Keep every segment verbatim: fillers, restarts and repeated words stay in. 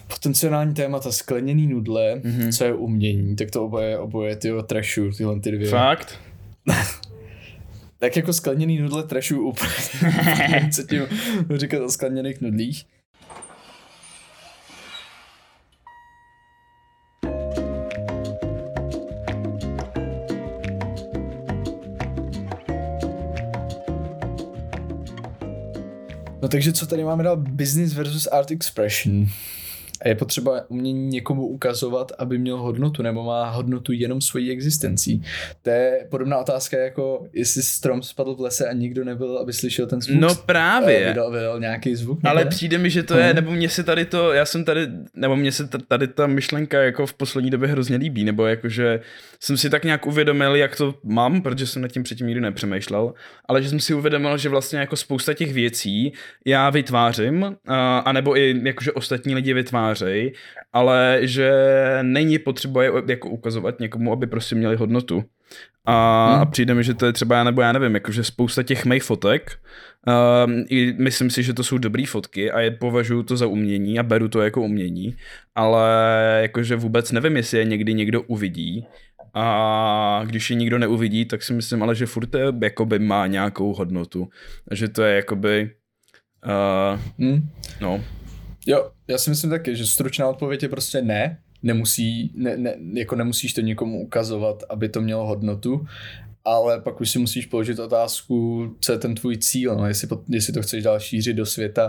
Potenciální témata, skleněný nudle, mm-hmm. co je umění, tak to oboje, oboje tyho trashu, tyhle ty dvě. Fakt? Tak jako skleněný nudle trashu úplně, co tím říkat o skleněných nudlích. No takže co tady máme dál? Business versus art expression. A je potřeba umění někomu ukazovat, aby měl hodnotu, nebo má hodnotu jenom svojí existencí. To je podobná otázka, jako jestli strom spadl v lese a nikdo nebyl, aby slyšel ten zvuk. No právě. Vydal, vydal nějaký zvuk. Ale ne? Přijde mi, že to je, nebo mně se tady to, já jsem tady, nebo mně se tady ta myšlenka jako v poslední době hrozně líbí, nebo jakože jsem si tak nějak uvědomil, jak to mám, protože jsem nad tím předtím nikdy nepřemýšlel, ale že jsem si uvědomil, že vlastně jako spousta těch věcí já vytvářím, a, anebo i jakože ostatní lidi vytvářejí, ale že není potřeba je jako ukazovat někomu, aby prostě měli hodnotu. A, hmm. a přijde mi, že to je třeba, nebo já nevím, jakože spousta těch mých fotek, uh, i myslím si, že to jsou dobrý fotky a je považuji to za umění a beru to jako umění, ale jakože vůbec nevím, jestli je někdy někdo uvidí. A když je nikdo neuvidí, tak si myslím, ale že furt je, jakoby má nějakou hodnotu. Že to je jakoby... Uh, hmm. No. Jo, já si myslím taky, že stručná odpověď je prostě ne. Nemusí, ne, ne, jako nemusíš to nikomu ukazovat, aby to mělo hodnotu, ale pak už si musíš položit otázku, co je ten tvůj cíl, no, jestli, jestli to chceš dál šířit do světa,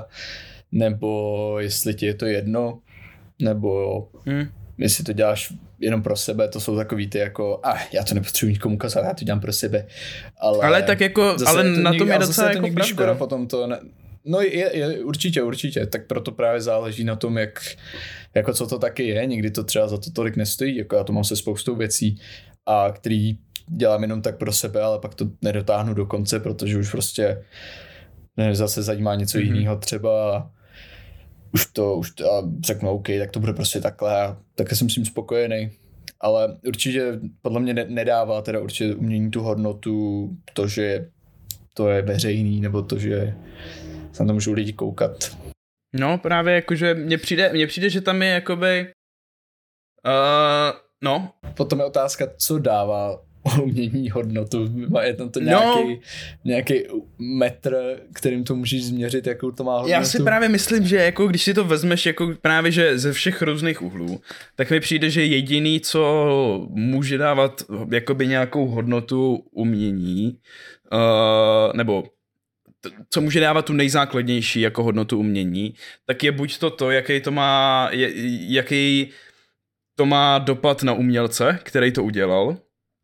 nebo jestli ti je to jedno, nebo hmm. jestli to děláš jenom pro sebe, to jsou takový ty jako, ah, já to nepotřebuji nikomu ukazovat, já to dělám pro sebe. Ale, ale tak jako, ale to na tom je docela jako pravda. Škoda, potom to ne, no je, je, určitě, určitě, tak proto právě záleží na tom, jak, jako co to taky je, někdy to třeba za to tolik nestojí, jako já to mám se spoustou věcí, a který dělám jenom tak pro sebe, ale pak to nedotáhnu do konce, protože už prostě ne, zase zajímá něco mm-hmm. jiného třeba, už to, už to a řeknu OK, tak to bude prostě takhle a takhle jsem s tím spokojený. Ale určitě podle mě nedává teda určitě umění tu hodnotu, to, že to je veřejný, nebo to, že se na to můžou lidi koukat. No právě jakože mně přijde, mně přijde, že tam je jakoby uh, no. Potom je otázka, co dává umění hodnotu. Je tam to nějaký, no. nějaký metr, kterým to můžeš změřit, jakou to má hodnotu. Já si právě myslím, že jako když si to vezmeš jako právě že ze všech různých úhlů, tak mi přijde, že jediný, co může dávat jakoby nějakou hodnotu umění, uh, nebo co může dávat tu nejzákladnější jako hodnotu umění, tak je buď to to, jaký to má, jaký to má dopad na umělce, který to udělal,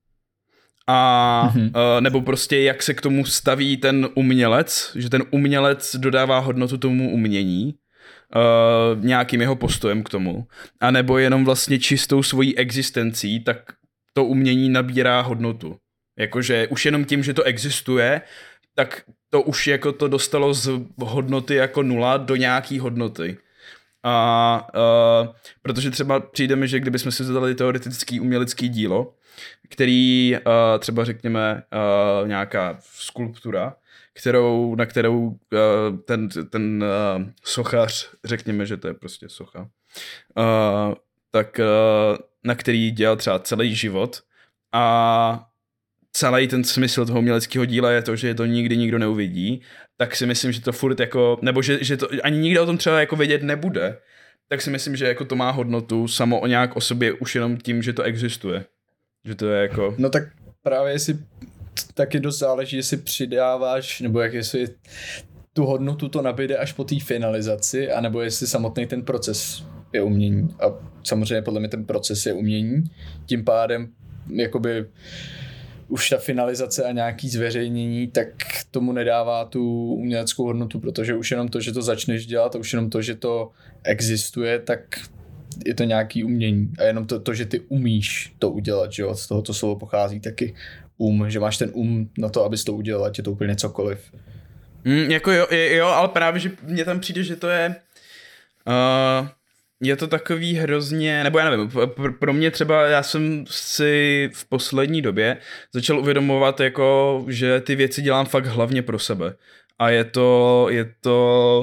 a mm-hmm. uh, nebo prostě jak se k tomu staví ten umělec, že ten umělec dodává hodnotu tomu umění, uh, nějakým jeho postojem k tomu, a nebo jenom vlastně čistou svojí existencí, tak to umění nabírá hodnotu. Jakože už jenom tím, že to existuje, tak to už jako to dostalo z hodnoty jako nula do nějaký hodnoty. A uh, protože třeba přijde mi, že kdybychom si zadali teoretický umělecký dílo, který uh, třeba řekněme uh, nějaká skulptura, kterou, na kterou uh, ten, ten uh, sochař, řekněme, že to je prostě socha, uh, tak uh, na který dělal třeba celý život a celý ten smysl toho uměleckého díla je to, že to nikdy nikdo neuvidí, tak si myslím, že to furt jako, nebo že, že to ani nikdo o tom třeba jako vědět nebude, tak si myslím, že jako to má hodnotu samo o nějak o sobě už jenom tím, že to existuje. Že to je jako... No tak právě jestli taky dost záleží, jestli přidáváš, nebo jak jestli tu hodnotu to nabíde až po té finalizaci, anebo jestli samotný ten proces je umění. A samozřejmě podle mě ten proces je umění. Tím pádem jakoby už ta finalizace a nějaký zveřejnění, tak tomu nedává tu uměleckou hodnotu, protože už jenom to, že to začneš dělat a už jenom to, že to existuje, tak je to nějaký umění. A jenom to, to že ty umíš to udělat, že jo, z toho to slovo pochází taky um, že máš ten um na to, abys to udělal, ať je to úplně cokoliv. Mm, jako jo, jo, ale právě, že mně tam přijde, že to je uh, je to takový hrozně, nebo já nevím, pro mě třeba, já jsem si v poslední době začal uvědomovat, jako, že ty věci dělám fakt hlavně pro sebe. A je to, je to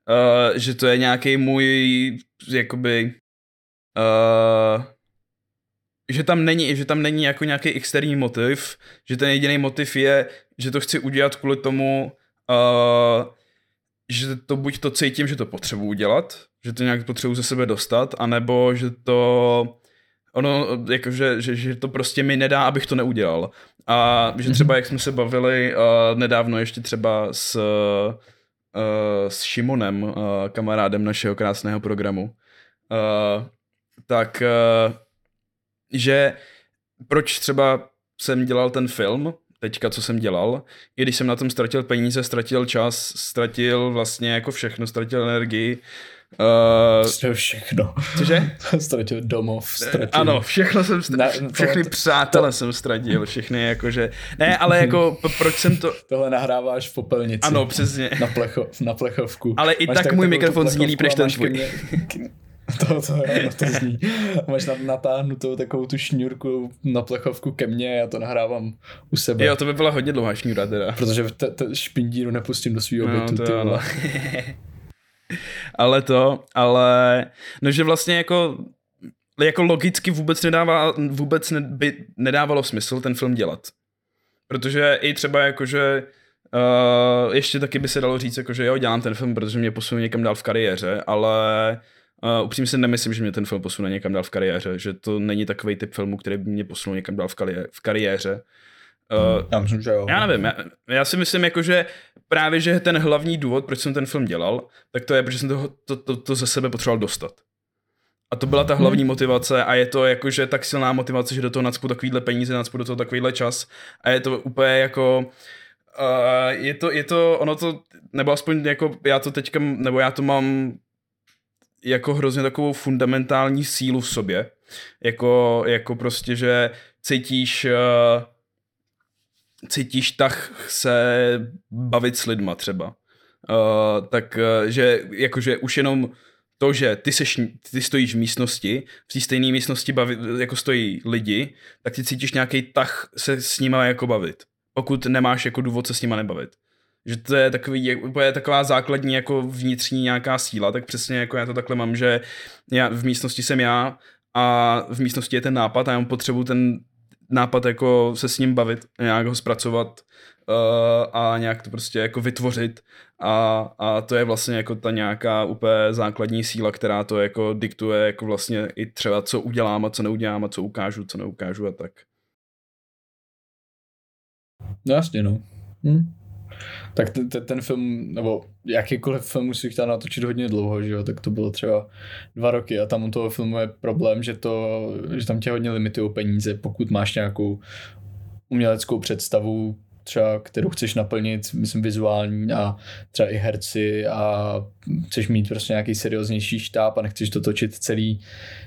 uh, že to je nějaký můj, jakoby, uh, že tam není, že tam není jako nějaký externí motiv, že ten jediný motiv je, že to chci udělat kvůli tomu, uh, že to buď to cítím, že to potřebuji udělat, že to nějak potřebuji ze sebe dostat, anebo že to ono, jakože, že, že to prostě mi nedá, abych to neudělal. A že třeba, jak jsme se bavili uh, nedávno ještě třeba s, uh, s Šimonem, uh, kamarádem našeho krásného programu, uh, tak uh, že proč třeba jsem dělal ten film, teďka, co jsem dělal, i když jsem na tom ztratil peníze, ztratil čas, ztratil vlastně jako všechno, ztratil energii. Uh, ztratil všechno. Cože? Ztratil domov, ztratil... Ano, všechno jsem ztratil, Na, všechny to, přátele to... jsem ztratil, všechny jakože, ne, ale jako, proč jsem to... Tohle nahráváš v popelnici. Ano, přesně. Na, plecho, na plechovku. Ale i máš tak, tak můj mikrofon zní líp než ten tvůj. Mě... To, to, jo, to zní. Máš natáhnutou takovou tu šňůrku na plechovku ke mně, já to nahrávám u sebe. Jo, to by byla hodně dlouhá šňůra teda. Protože te, te špindíru nepustím do svýho bytu. No, to jo, ale to, ale, no že vlastně jako, jako logicky vůbec nedává, vůbec ne, by nedávalo smysl ten film dělat. Protože i třeba jakože, uh, ještě taky by se dalo říct, jakože jo, dělám ten film, protože mě posune někam dál v kariéře, ale uh, upřímně si nemyslím, že mě ten film posune někam dál v kariéře, že to není takový typ filmu, který by mě posunul někam dál v, karié- v kariéře. Uh, já myslím, že jo. Já nevím, já, já si myslím jako, že právě, že ten hlavní důvod, proč jsem ten film dělal, tak to je, protože jsem to, to, to, to ze sebe potřeboval dostat. A to byla ta hlavní motivace a je to jakože tak silná motivace, že do toho nacpu takovýhle peníze, nacpu do toho takovýhle čas a je to úplně jako, uh, je to, je to, ono to, nebo aspoň jako já to teďka, nebo já to mám jako hrozně takovou fundamentální sílu v sobě, jako, jako prostě, že cítíš, uh, cítíš tak se bavit s lidma třeba. Uh, tak, uh, že jakože už jenom to, že ty, seš, ty stojíš v místnosti, v té stejné místnosti baví, jako stojí lidi, tak ty cítíš nějaký tah se s nima jako bavit. Pokud nemáš jako důvod se s nima nebavit. Že to je takový, je taková základní jako vnitřní nějaká síla, tak přesně jako já to takhle mám, že já, v místnosti jsem já a v místnosti je ten nápad a já mám potřebu ten nápad jako se s ním bavit, nějak ho zpracovat uh, a nějak to prostě jako vytvořit a, a to je vlastně jako ta nějaká úplně základní síla, která to jako diktuje jako vlastně i třeba co udělám a co neudělám a co ukážu, co neukážu a tak. No jasně no. Hm. Tak ten, ten, ten film, nebo jakýkoliv film musí chtěl natočit hodně dlouho, že jo, tak to bylo třeba dva roky a tam u toho filmu je problém, že to, že tam tě hodně limitují peníze, pokud máš nějakou uměleckou představu, třeba kterou chceš naplnit, myslím vizuální a třeba i herci a chceš mít prostě nějaký serióznější štáb a nechceš to točit celý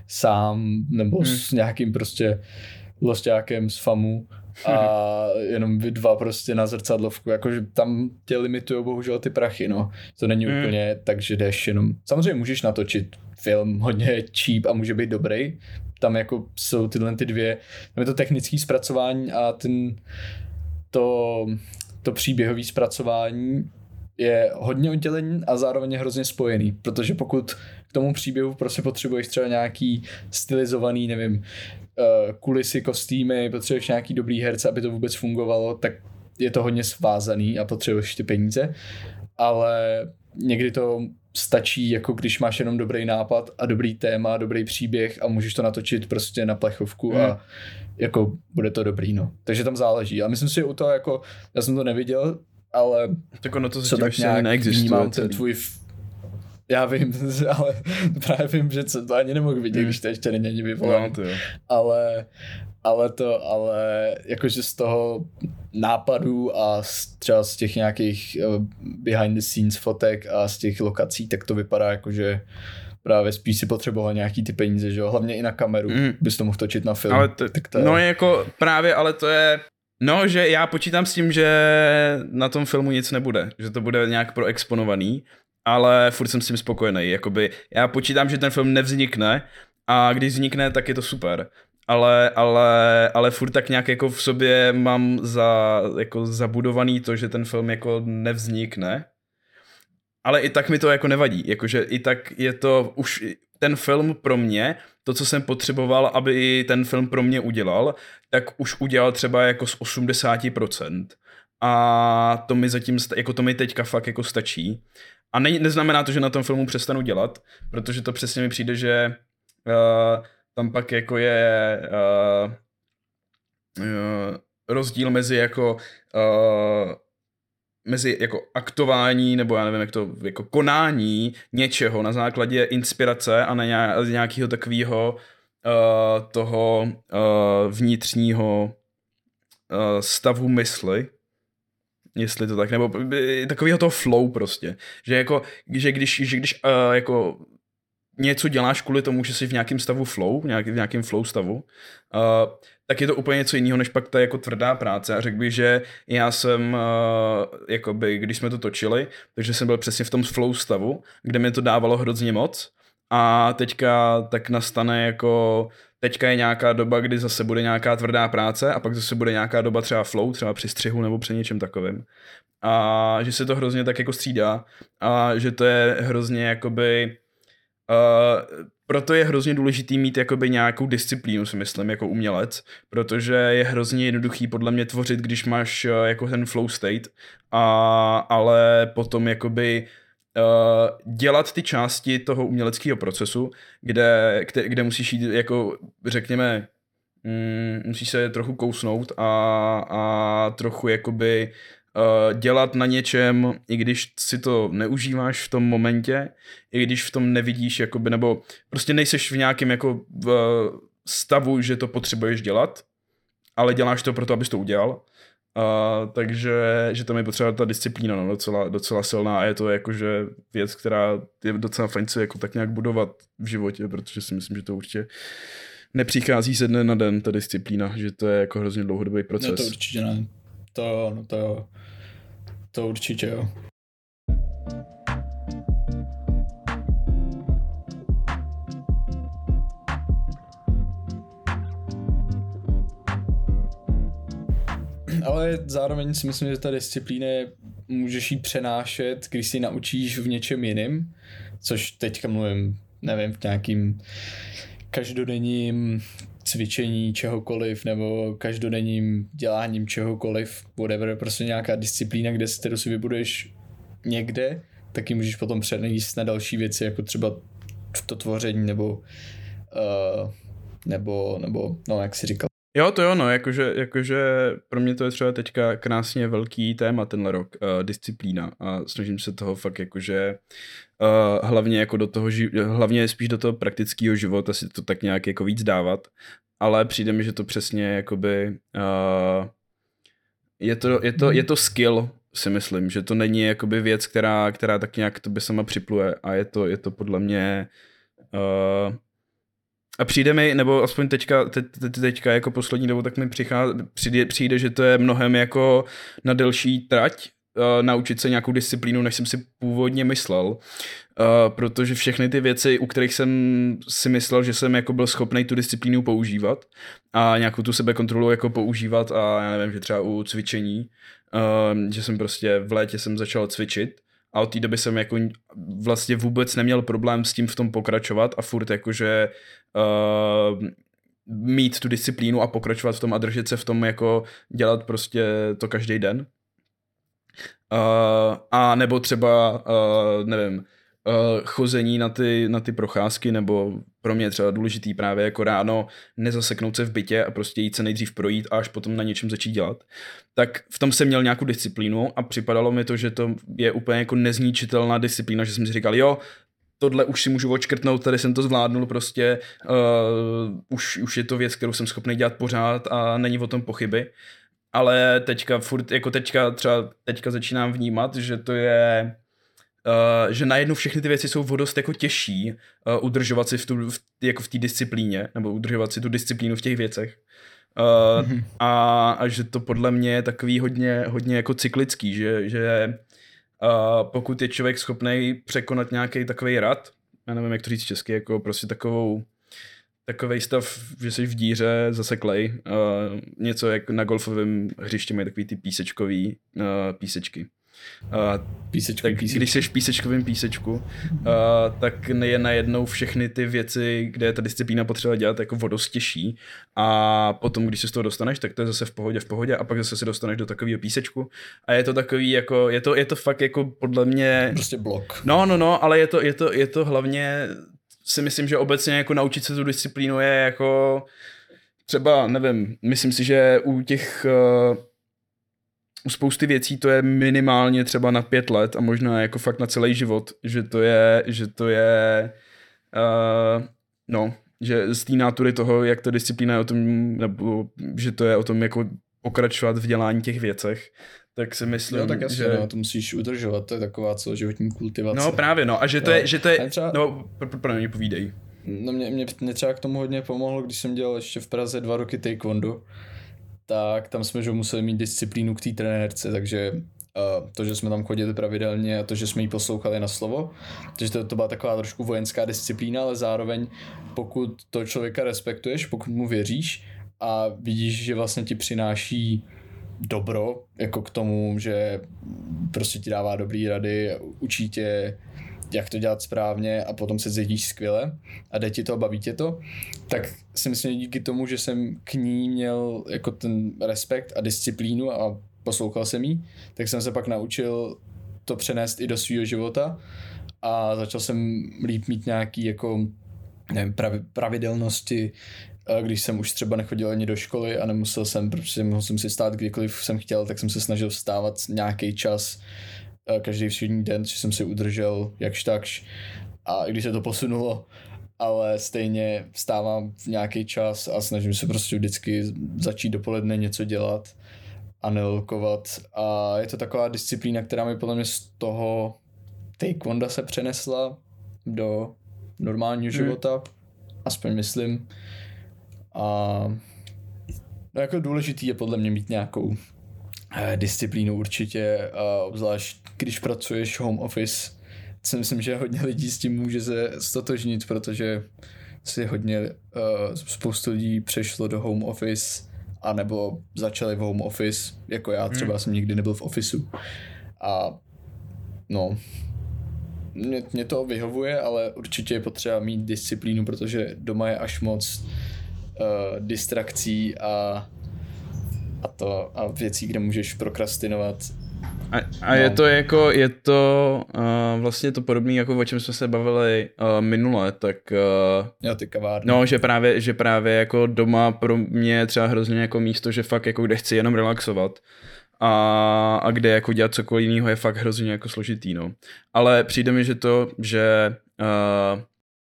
sám nebo hmm. s nějakým prostě losťákem z famu a jenom vy dva prostě na zrcadlovku, jakože tam tě limitujou bohužel ty prachy, no. To není mm. úplně tak, že jdeš jenom, samozřejmě můžeš natočit film hodně cheap a může být dobrý, tam jako jsou tyhle ty dvě, tam je to technické zpracování a ten, to, to příběhové zpracování je hodně oddělení a zároveň je hrozně spojený, protože pokud k tomu příběhu prostě potřebuješ třeba nějaký stylizovaný, nevím, kulisy, kostýmy, potřebuješ nějaký dobrý herce, aby to vůbec fungovalo, tak je to hodně svázaný a potřebuješ ty peníze, ale někdy to stačí, jako když máš jenom dobrý nápad a dobrý téma, dobrý příběh a můžeš to natočit prostě na plechovku a jako bude to dobrý, no. Takže tam záleží. A myslím si, že u toho jako, já jsem to neviděl, ale tak ono to co tak nějak vnímám ten tvůj já vím, ale právě vím, že co to ani nemohu vidět, hmm. když to ještě není ani vyvolaný. No, ale, ale to, ale jakože z toho nápadů a z, třeba z těch nějakých uh, behind the scenes fotek a z těch lokací, tak to vypadá jakože právě spíš si potřeboval nějaký ty peníze, že jo, hlavně i na kameru, hmm. bys to mohl točit na film. Ale to, tak to no je... jako právě, ale to je, no, že já počítám s tím, že na tom filmu nic nebude, že to bude nějak proexponovaný, ale furt jsem s tím spokojený, jakoby já počítám, že ten film nevznikne a když vznikne, tak je to super, ale, ale, ale furt tak nějak jako v sobě mám za, jako zabudovaný to, že ten film jako nevznikne ale i tak mi to jako nevadí, jakože i tak je to už ten film pro mě, to, co jsem potřeboval, aby ten film pro mě udělal, tak už udělal třeba jako z osmdesát procent. A to mi zatím, jako to mi teďka fakt jako stačí. A ne, neznamená to, že na tom filmu přestanu dělat, protože to přesně mi přijde, že uh, tam pak jako je uh, uh, rozdíl mezi jako uh, mezi jako aktování, nebo já nevím, jak to, jako konání něčeho na základě inspirace a na nějakého takového uh, toho uh, vnitřního uh, stavu mysli, jestli to tak, nebo takového toho flow prostě, že jako, že když, že když uh, jako něco děláš kvůli tomu, že jsi v nějakém stavu flow, nějaký, v nějakém flow stavu, uh, tak je to úplně něco jiného, než pak ta jako tvrdá práce. A řekl bych, že já jsem, uh, jakoby, když jsme to točili, takže jsem byl přesně v tom flow stavu, kde mi to dávalo hrozně moc. A teďka tak nastane jako, teďka je nějaká doba, kdy zase bude nějaká tvrdá práce a pak zase bude nějaká doba třeba flow, třeba při střihu nebo při něčem takovým. A že se to hrozně tak jako střídá a že to je hrozně jakoby... Uh, proto je hrozně důležitý mít jakoby nějakou disciplínu, si myslím, jako umělec, protože je hrozně jednoduchý podle mě tvořit, když máš uh, jako ten flow state, a, ale potom jakoby uh, dělat ty části toho uměleckého procesu, kde, kde, kde musíš jít jako, řekněme, mm, musíš se trochu kousnout a, a trochu jakoby Uh, dělat na něčem, i když si to neužíváš v tom momentě, i když v tom nevidíš, jakoby, nebo prostě nejseš v nějakém jako v stavu, že to potřebuješ dělat, ale děláš to proto, abys to udělal. Uh, takže že tam je potřeba ta disciplína, no, docela, docela silná a je to jakože věc, která je docela fajn se jako tak nějak budovat v životě, protože si myslím, že to určitě nepřichází ze dne na den, ta disciplína, že to je jako hrozně dlouhodobý proces. No to určitě ne. To jo, no to jo. To určitě jo. Ale zároveň si myslím, že ta disciplína můžeš jí přenášet, když si naučíš v něčem jiným, což teďka mluvím, nevím, v nějakým každodenním cvičení čehokoliv nebo každodenním děláním čehokoliv, whatever, prostě nějaká disciplína, kde si, si vybuduješ někde, tak ji můžeš potom přenést na další věci, jako třeba to tvoření nebo uh, nebo, nebo no, jak jsi říkal. Jo, to jo, no, jakože, jakože pro mě to je třeba teďka krásně velký téma tenhle rok, uh, disciplína a snažím se toho fakt jakože uh, hlavně jako do toho, hlavně spíš do toho praktického života si to tak nějak jako víc dávat, ale přijde mi, že to přesně jakoby uh, je to, je to, je to skill, si myslím, že to není jakoby věc, která, která tak nějak tobě sama připluje a je to, je to podle mě uh, a přijde mi, nebo aspoň teďka, te, te, teďka jako poslední dobu, tak mi přichází, přijde, přijde, že to je mnohem jako na delší trať uh, naučit se nějakou disciplínu, než jsem si původně myslel, uh, protože všechny ty věci, u kterých jsem si myslel, že jsem jako byl schopný tu disciplínu používat a nějakou tu sebekontrolu jako používat a já nevím, že třeba u cvičení, uh, že jsem prostě v létě jsem začal cvičit, a od té doby jsem jako vlastně vůbec neměl problém s tím v tom pokračovat a furt jakože uh, mít tu disciplínu a pokračovat v tom a držet se v tom jako dělat prostě to každý den. Uh, a nebo třeba, uh, nevím, uh, chození na ty, na ty procházky, nebo pro mě třeba důležitý právě jako ráno nezaseknout se v bytě a prostě jít se nejdřív projít a až potom na něčem začít dělat. Tak v tom jsem měl nějakou disciplínu a připadalo mi to, že to je úplně jako nezničitelná disciplína, že jsem si říkal, jo, tohle už si můžu odškrtnout, tady jsem to zvládnul prostě, uh, už, už je to věc, kterou jsem schopný dělat pořád a není o tom pochyby. Ale teďka furt, jako teďka třeba teďka začínám vnímat, že to je, uh, že najednou všechny ty věci jsou vodost jako těžší uh, udržovat si v tu, v, jako v té disciplíně, nebo udržovat si tu disciplínu v těch věcech. Uh, mm-hmm. a, a že to podle mě je takový hodně, hodně jako cyklický, že, že uh, pokud je člověk schopný překonat nějaký takovej rad, já nevím, jak to říct česky, jako prostě takovou takovej stav, že jsi v díře zaseklej, uh, něco jak na golfovém hřišti mají takový ty písečkový uh, písečky. Uh, tak písečku. Když jsi v písečkovém písečku, uh, tak je najednou všechny ty věci, kde je ta disciplína potřeba dělat, jako vodostěžší. A potom, když se z toho dostaneš, tak to je zase v pohodě, v pohodě a pak zase se dostaneš do takového písečku. A je to takový, jako, je to, je to fakt jako podle mě... Prostě blok. No, no, no, ale je to, je to, je to hlavně, si myslím, že obecně jako naučit se tu disciplínu je jako třeba, nevím, myslím si, že u těch... Uh, u spousty věcí to je minimálně třeba na pět let a možná jako fakt na celý život, že to je, že to je, uh, no, že z té nátury toho, jak ta disciplína je o tom, nebo že to je o tom jako pokračovat v dělání těch věcech, tak si myslím, jo, tak jasně, že... no, to musíš udržovat, to je taková celoživotní kultivace. No právě, no, a že to jo. je, že to je, třeba... no, pro mě povídej. No mě, mě, mě třeba k tomu hodně pomohlo, když jsem dělal ještě v Praze dva roky taekwondo, tak tam jsme že museli mít disciplínu k té trenérce, takže uh, to, že jsme tam chodili pravidelně a to, že jsme jí poslouchali na slovo, takže to, to byla taková trošku vojenská disciplína, ale zároveň pokud to člověka respektuješ, pokud mu věříš a vidíš, že vlastně ti přináší dobro, jako k tomu, že prostě ti dává dobrý rady, učí tě, jak to dělat správně a potom se cítíš skvěle a jde ti to a baví tě to, tak si myslím, že díky tomu, že jsem k ní měl jako ten respekt a disciplínu a poslouchal jsem jí, tak jsem se pak naučil to přenést i do svého života a začal jsem líp mít nějaký jako nevím, pravidelnosti, když jsem už třeba nechodil ani do školy a nemusel jsem, protože mohl jsem si stát kdykoliv jsem chtěl, tak jsem se snažil vstávat nějaký čas každý všední den, že jsem si udržel jakž takž a i když se to posunulo, ale stejně vstávám v nějaký čas a snažím se prostě vždycky začít dopoledne něco dělat a nelokovat a je to taková disciplína, která mi podle mě z toho taekwonda se přenesla do normálního hmm. života, aspoň myslím a no jako důležitý je podle mě mít nějakou eh, disciplínu určitě a obzvlášť když pracuješ home office, si myslím, že hodně lidí s tím může se stotožnit, protože si hodně uh, spoustu lidí přešlo do home office a nebo začali v home office, jako já třeba hmm. jsem nikdy nebyl v ofisu a no mě, mě to vyhovuje, ale určitě je potřeba mít disciplínu, protože doma je až moc uh, distrakcí a, a to a věcí, kde můžeš prokrastinovat. A, a no. je to jako, je to uh, vlastně to podobné, jako o čem jsme se bavili uh, minule, tak uh, jo, ty kavárny. No, že právě, že právě jako doma pro mě třeba hrozně jako místo, že fakt jako kde chci jenom relaxovat a, a kde jako dělat cokoliv jiného je fakt hrozně jako složitý, no. Ale přijde mi, že to, že uh,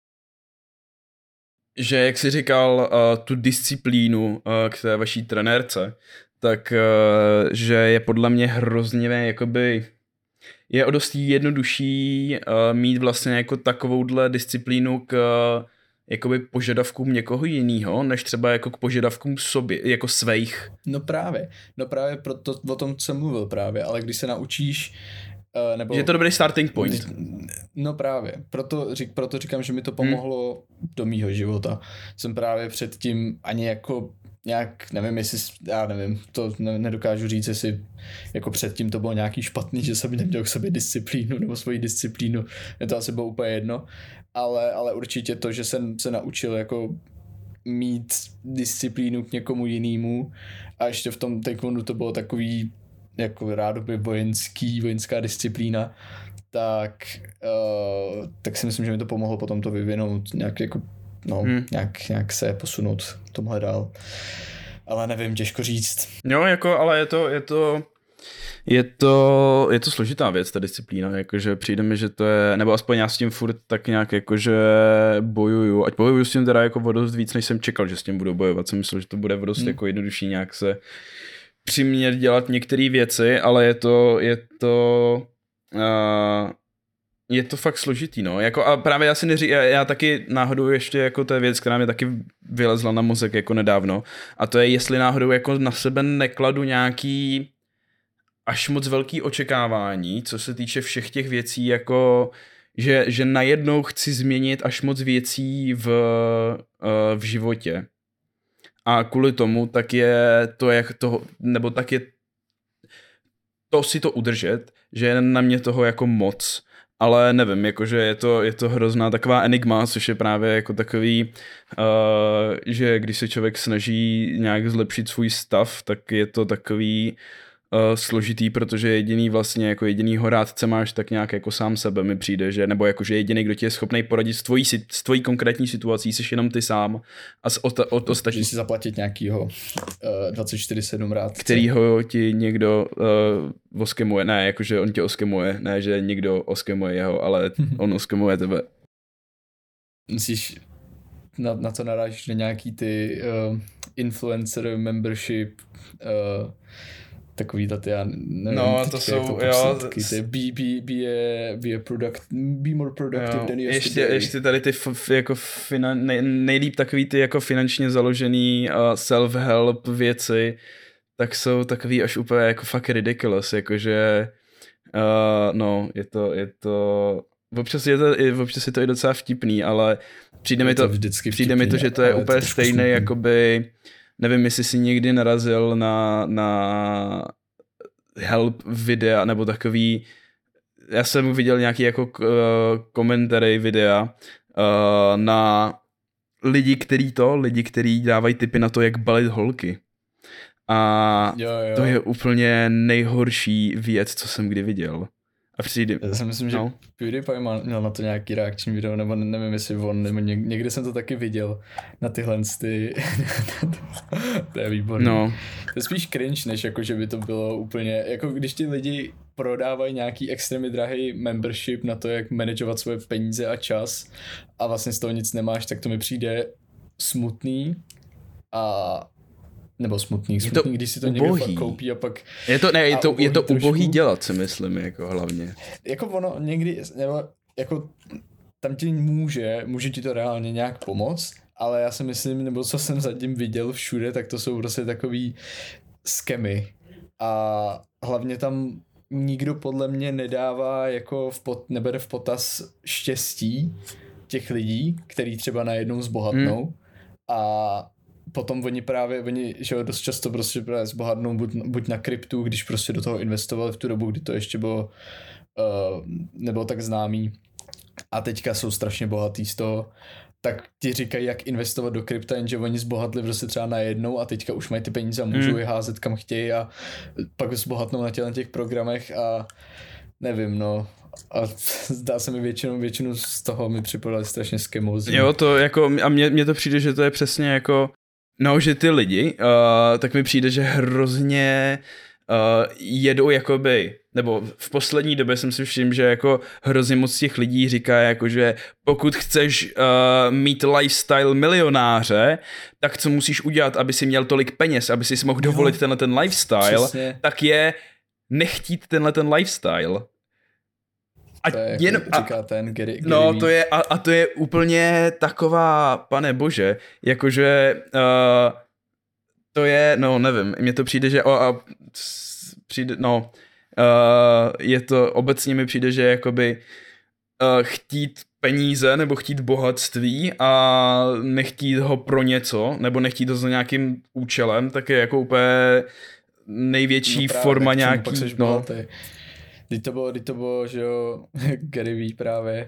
že jak jsi říkal uh, tu disciplínu uh, k té vaší trenérce, tak uh, že je podle mě hrozně jakoby je o dost jednodušší uh, mít vlastně jako takovouhle disciplínu k uh, jakoby požadavkům někoho jiného, než třeba jako k požadavkům sobě, jako svých. No právě, no právě proto o tom jsem mluvil právě, ale když se naučíš uh, nebo... Že je to dobrý starting point. No právě, proto, řík, proto říkám, že mi to pomohlo hmm. do mýho života. Jsem právě předtím ani jako nějak, nevím, jestli, já nevím, to ne, nedokážu říct, jestli jako předtím to bylo nějaký špatný, že jsem neměl k sobě disciplínu nebo svoji disciplínu, je to asi bylo úplně jedno, ale, ale určitě to, že jsem se naučil jako mít disciplínu k někomu jinému a ještě v tom taekwondu to bylo takový jako rádoby vojenský, vojenská disciplína, tak, uh, tak si myslím, že mi to pomohlo potom to vyvinout nějak jako no, hmm. nějak, nějak se posunout v tomhle dál. Ale nevím, těžko říct. Jo, jako, ale je to, je to, je to, je to složitá věc, ta disciplína, jakože přijde mi, že to je, nebo aspoň já s tím furt tak nějak jakože bojuju, ať bojuju s tím teda jako o dost víc, než jsem čekal, že s tím budu bojovat, jsem myslel, že to bude o dost hmm. jako jednodušší nějak se přimět dělat některé věci, ale je to, je to, uh, je to fakt složitý, no, jako a právě já si neří, já, já taky náhodou ještě jako to je věc, která mě taky vylezla na mozek jako nedávno a to je, jestli náhodou jako na sebe nekladu nějaký až moc velký očekávání, co se týče všech těch věcí, jako že, že najednou chci změnit až moc věcí v, v životě. A kvůli tomu tak je to, jak to, nebo tak je to si to udržet, že je na mě toho jako moc, ale nevím, jakože je to, je to hrozná taková enigma, což je právě jako takový, uh, že když se člověk snaží nějak zlepšit svůj stav, tak je to takový uh, složitý, protože jediný vlastně jako jedinýho rádce máš tak nějak jako sám sebe mi přijde, že nebo jakože jediný, kdo ti je schopný poradit s tvojí, s tvojí konkrétní situací, jsi jenom ty sám a s od, od ostatní. Můžeš si zaplatit nějakýho uh, dvacet čtyři sedm rádce. Kterýho ti někdo uh, oskemuje, ne, jakože on tě oskemuje, ne, že někdo oskemuje jeho, ale on oskemuje tebe. Myslíš, na, na to narážíš na nějaký ty uh, influencer membership, uh, takový to já nevím, no, to jsou, to jo, ty be, be, be, a, be, a product, be more productive jo, than yesterday. Ještě, ještě tady ty f, f, jako finan, nej, nejlíp takový ty jako finančně založený uh, self-help věci, tak jsou takový až úplně jako fuck ridiculous, jakože uh, no, je to, je to občas je to, občas je to i docela vtipný, ale přijde mi to, to přijde mi to, že to je úplně to stejné, jakoby nevím, jestli jsi někdy narazil na, na help videa, nebo takový, já jsem viděl nějaký jako komentary videa uh, na lidi, který to, lidi, který dávají tipy na to, jak balit holky. A jo, jo. to je úplně nejhorší věc, co jsem kdy viděl. A přijde... Já si myslím, no. že PewDiePie měl na to nějaký reakční video, nebo nevím, jestli on, nebo někde jsem to taky viděl na tyhle ty... To je výborný. No. To je spíš cringe, než jako, že by to bylo úplně, jako když ti lidi prodávají nějaký extrémně drahý membership na to, jak manažovat svoje peníze a čas a vlastně z toho nic nemáš, tak to mi přijde smutný a nebo smutný, smutný, když si to ubohý. Někdo fakt koupí a pak... Je to, ne, je to, je to ubohý dělat, si myslím, jako hlavně. Jako ono někdy, nebo jako tam ti může, může ti to reálně nějak pomoct, ale já si myslím, nebo co jsem zatím viděl všude, tak to jsou prostě takový skemy a hlavně tam nikdo podle mě nedává jako v pot, nebere v potaz štěstí těch lidí, který třeba najednou zbohatnou hmm. a potom oni právě, oni, že jo, dost často prostě právě zbohatnou buď, buď na kryptu, když prostě do toho investovali v tu dobu, kdy to ještě bylo, uh, nebylo tak známý a teďka jsou strašně bohatý z toho, tak ti říkají, jak investovat do krypta, jenže oni zbohatli prostě třeba najednou a teďka už mají ty peníze a můžou hmm. je házet kam chtějí a pak zbohatnou na těch, těch programech a nevím, no. A zdá se mi většinou, většinu z toho mi připadali strašně skemózní. Jo, to jako, a mně, mně to přijde, že to je přesně jako no, že ty lidi, uh, tak mi přijde, že hrozně uh, jedou jakoby, nebo v poslední době jsem si všiml, že jako hrozně moc těch lidí říká, jako, že pokud chceš uh, mít lifestyle milionáře, tak co musíš udělat, aby si měl tolik peněz, aby si mohl dovolit tenhle ten lifestyle, přesně. Tak je nechtít tenhle ten lifestyle. A to je, jako jen, říká ten Gary, Gary no to je, a, a to je úplně taková, pane bože, jakože uh, to je, no nevím, mně to přijde, že o, a, přijde, no uh, je to, obecně mi přijde, že jakoby uh, chtít peníze nebo chtít bohatství a nechtít ho pro něco, nebo nechtít ho za nějakým účelem, tak je jako úplně největší no forma nějaký, no. Teď to bylo, teď to bylo, že jo, Gary Vee právě,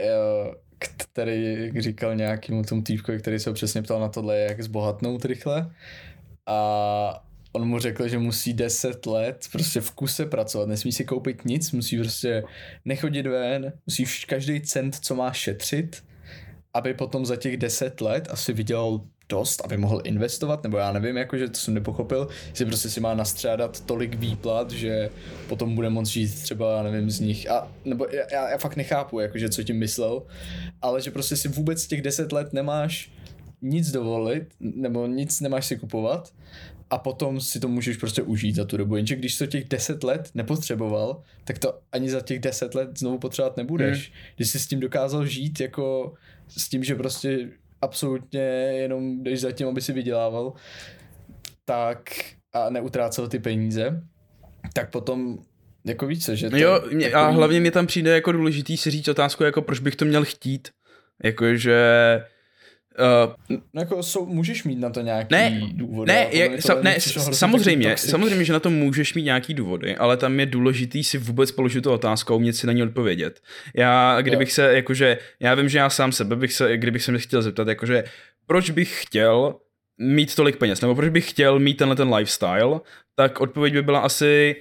který říkal nějakému tomu týpkovi, který se ho přesně ptal na tohle, jak zbohatnout rychle. A on mu řekl, že musí deset let prostě v kuse pracovat, nesmí si koupit nic, musí prostě nechodit ven, musí každý cent, co má šetřit, aby potom za těch deset let asi vydělal dost, aby mohl investovat, nebo já nevím, jakože to jsem nepochopil, jestli prostě si má nastřádat tolik výplat, že potom bude moct žít třeba, já nevím, z nich, a, nebo já, já fakt nechápu, jakože co tím myslel, ale že prostě si vůbec těch deset let nemáš nic dovolit, nebo nic nemáš si kupovat a potom si to můžeš prostě užít za tu dobu, jenže když to těch deset let nepotřeboval, tak to ani za těch deset let znovu potřebovat nebudeš. Hmm. Když jsi s tím dokázal žít, jako s tím, že prostě absolutně jenom jdeš za tím, aby si vydělával, tak a neutrácel ty peníze, tak potom jako víš co, že to jo, mě, takový... a hlavně mě tam přijde jako důležitý si říct otázku, jako proč bych to měl chtít, jakože Uh, no jako jsou, můžeš mít na to nějaký ne, důvody. Ne, jak, sa, ne samozřejmě, samozřejmě, že na to můžeš mít nějaký důvody, ale tam je důležitý si vůbec položit tu otázku a umět si na ní odpovědět. Já, kdybych jo. se, jakože, já vím, že já sám sebe bych se, kdybych se mě chtěl zeptat, jakože, proč bych chtěl mít tolik peněz, nebo proč bych chtěl mít tenhle ten lifestyle, tak odpověď by byla asi,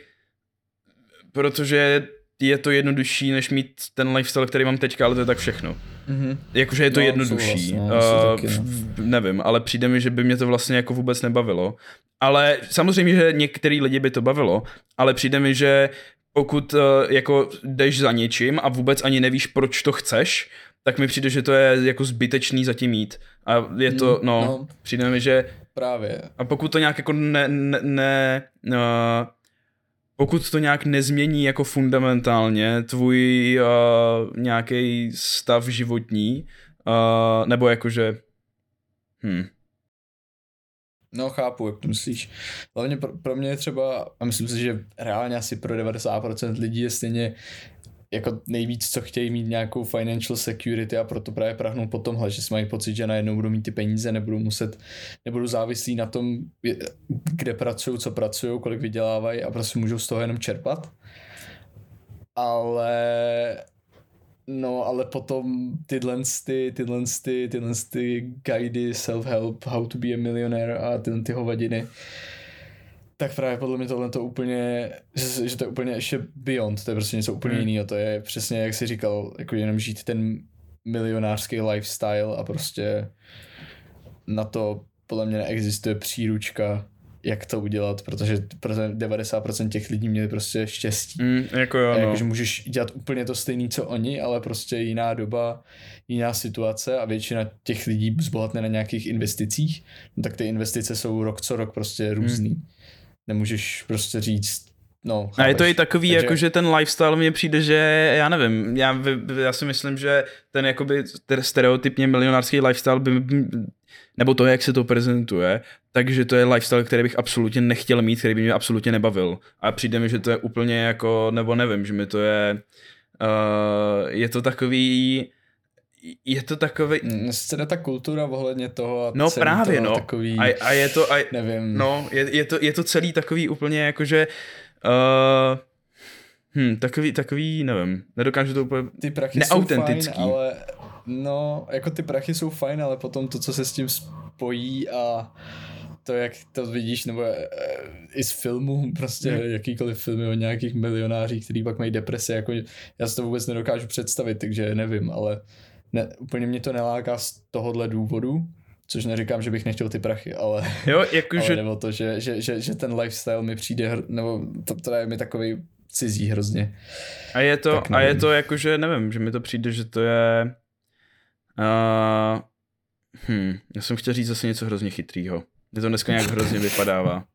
protože je to jednodušší, než mít ten lifestyle, který mám teďka, ale to je tak všechno. Mm-hmm. Jakože je to no, jednodušší. Vlastně, uh, taky, no. Nevím, ale přijde mi, že by mě to vlastně jako vůbec nebavilo. Ale samozřejmě, že některý lidi by to bavilo, ale přijde mi, že pokud uh, jako jdeš za něčím a vůbec ani nevíš, proč to chceš, tak mi přijde, že to je jako zbytečný zatím jít. A je to, mm, no, no, přijde mi, že... Právě. A pokud to nějak jako ne... ne, ne uh, pokud to nějak nezmění jako fundamentálně tvůj uh, nějaký stav životní, uh, nebo jakože... Hm. No chápu, jak to myslíš. Hlavně pro, pro mě je třeba, a myslím si, že reálně asi pro devadesát procent lidí je stejně jako nejvíc, co chtějí mít nějakou financial security a proto právě prahnou po tomhle, že si mají pocit, že najednou budou mít ty peníze, nebudou muset, nebudou závislí na tom, kde pracují, co pracují, kolik vydělávají a prostě můžou z toho jenom čerpat. Ale no, ale potom tyhle ty, tyhle ty, tyhle ty guidy, self-help, how to be a millionaire a tyhle ty hovadiny, tak právě podle mě tohle to úplně, že, že to je úplně ještě beyond, to je prostě něco úplně hmm. jiného, to je přesně, jak jsi říkal, jako jenom žít ten milionářský lifestyle a prostě na to podle mě neexistuje příručka, jak to udělat, protože, protože devadesát procent těch lidí měli prostě štěstí. Mm, jako jo, a no. Jakože můžeš dělat úplně to stejné, co oni, ale prostě jiná doba, jiná situace a většina těch lidí zbohatne na nějakých investicích, no tak ty investice jsou rok co rok prostě různý. Mm. Nemůžeš prostě říct, no, chápeš. A je to i takový, Takže... jako že ten lifestyle mně přijde, že já nevím, já, já si myslím, že ten jakoby stereotypně milionářský lifestyle by, nebo to, jak se to prezentuje, takže to je lifestyle, který bych absolutně nechtěl mít, který by mě absolutně nebavil. A přijde mi, že to je úplně jako, nebo nevím, že mi to je, uh, je to takový... Je to takový... Sice ta kultura ohledně toho a no právě, toho no. Takový, a, a je to... A, nevím. No, je, je, to, je to celý takový úplně jakože... Uh, hm, takový, takový, nevím, nedokážu to úplně... Ty prachy neautentický. Jsou fajn, ale... No, jako ty prachy jsou fajn, ale potom to, co se s tím spojí a to, jak to vidíš, nebo e, i z filmů, prostě hmm. jakýkoliv filmy o nějakých milionářích, který pak mají deprese, jako já si to vůbec nedokážu představit, takže nevím, ale ne, úplně mě to neláká z tohohle důvodu, což neříkám, že bych nechtěl ty prachy, ale, jo, jako ale že... nebo to, že, že, že, že ten lifestyle mi přijde, nebo to, to je mi takovej cizí hrozně. A je to, a je to jako, že nevím, že mi to přijde, že to je... Uh, hm, já jsem chtěl říct zase něco hrozně chytrýho. Mě to dneska nějak hrozně vypadává.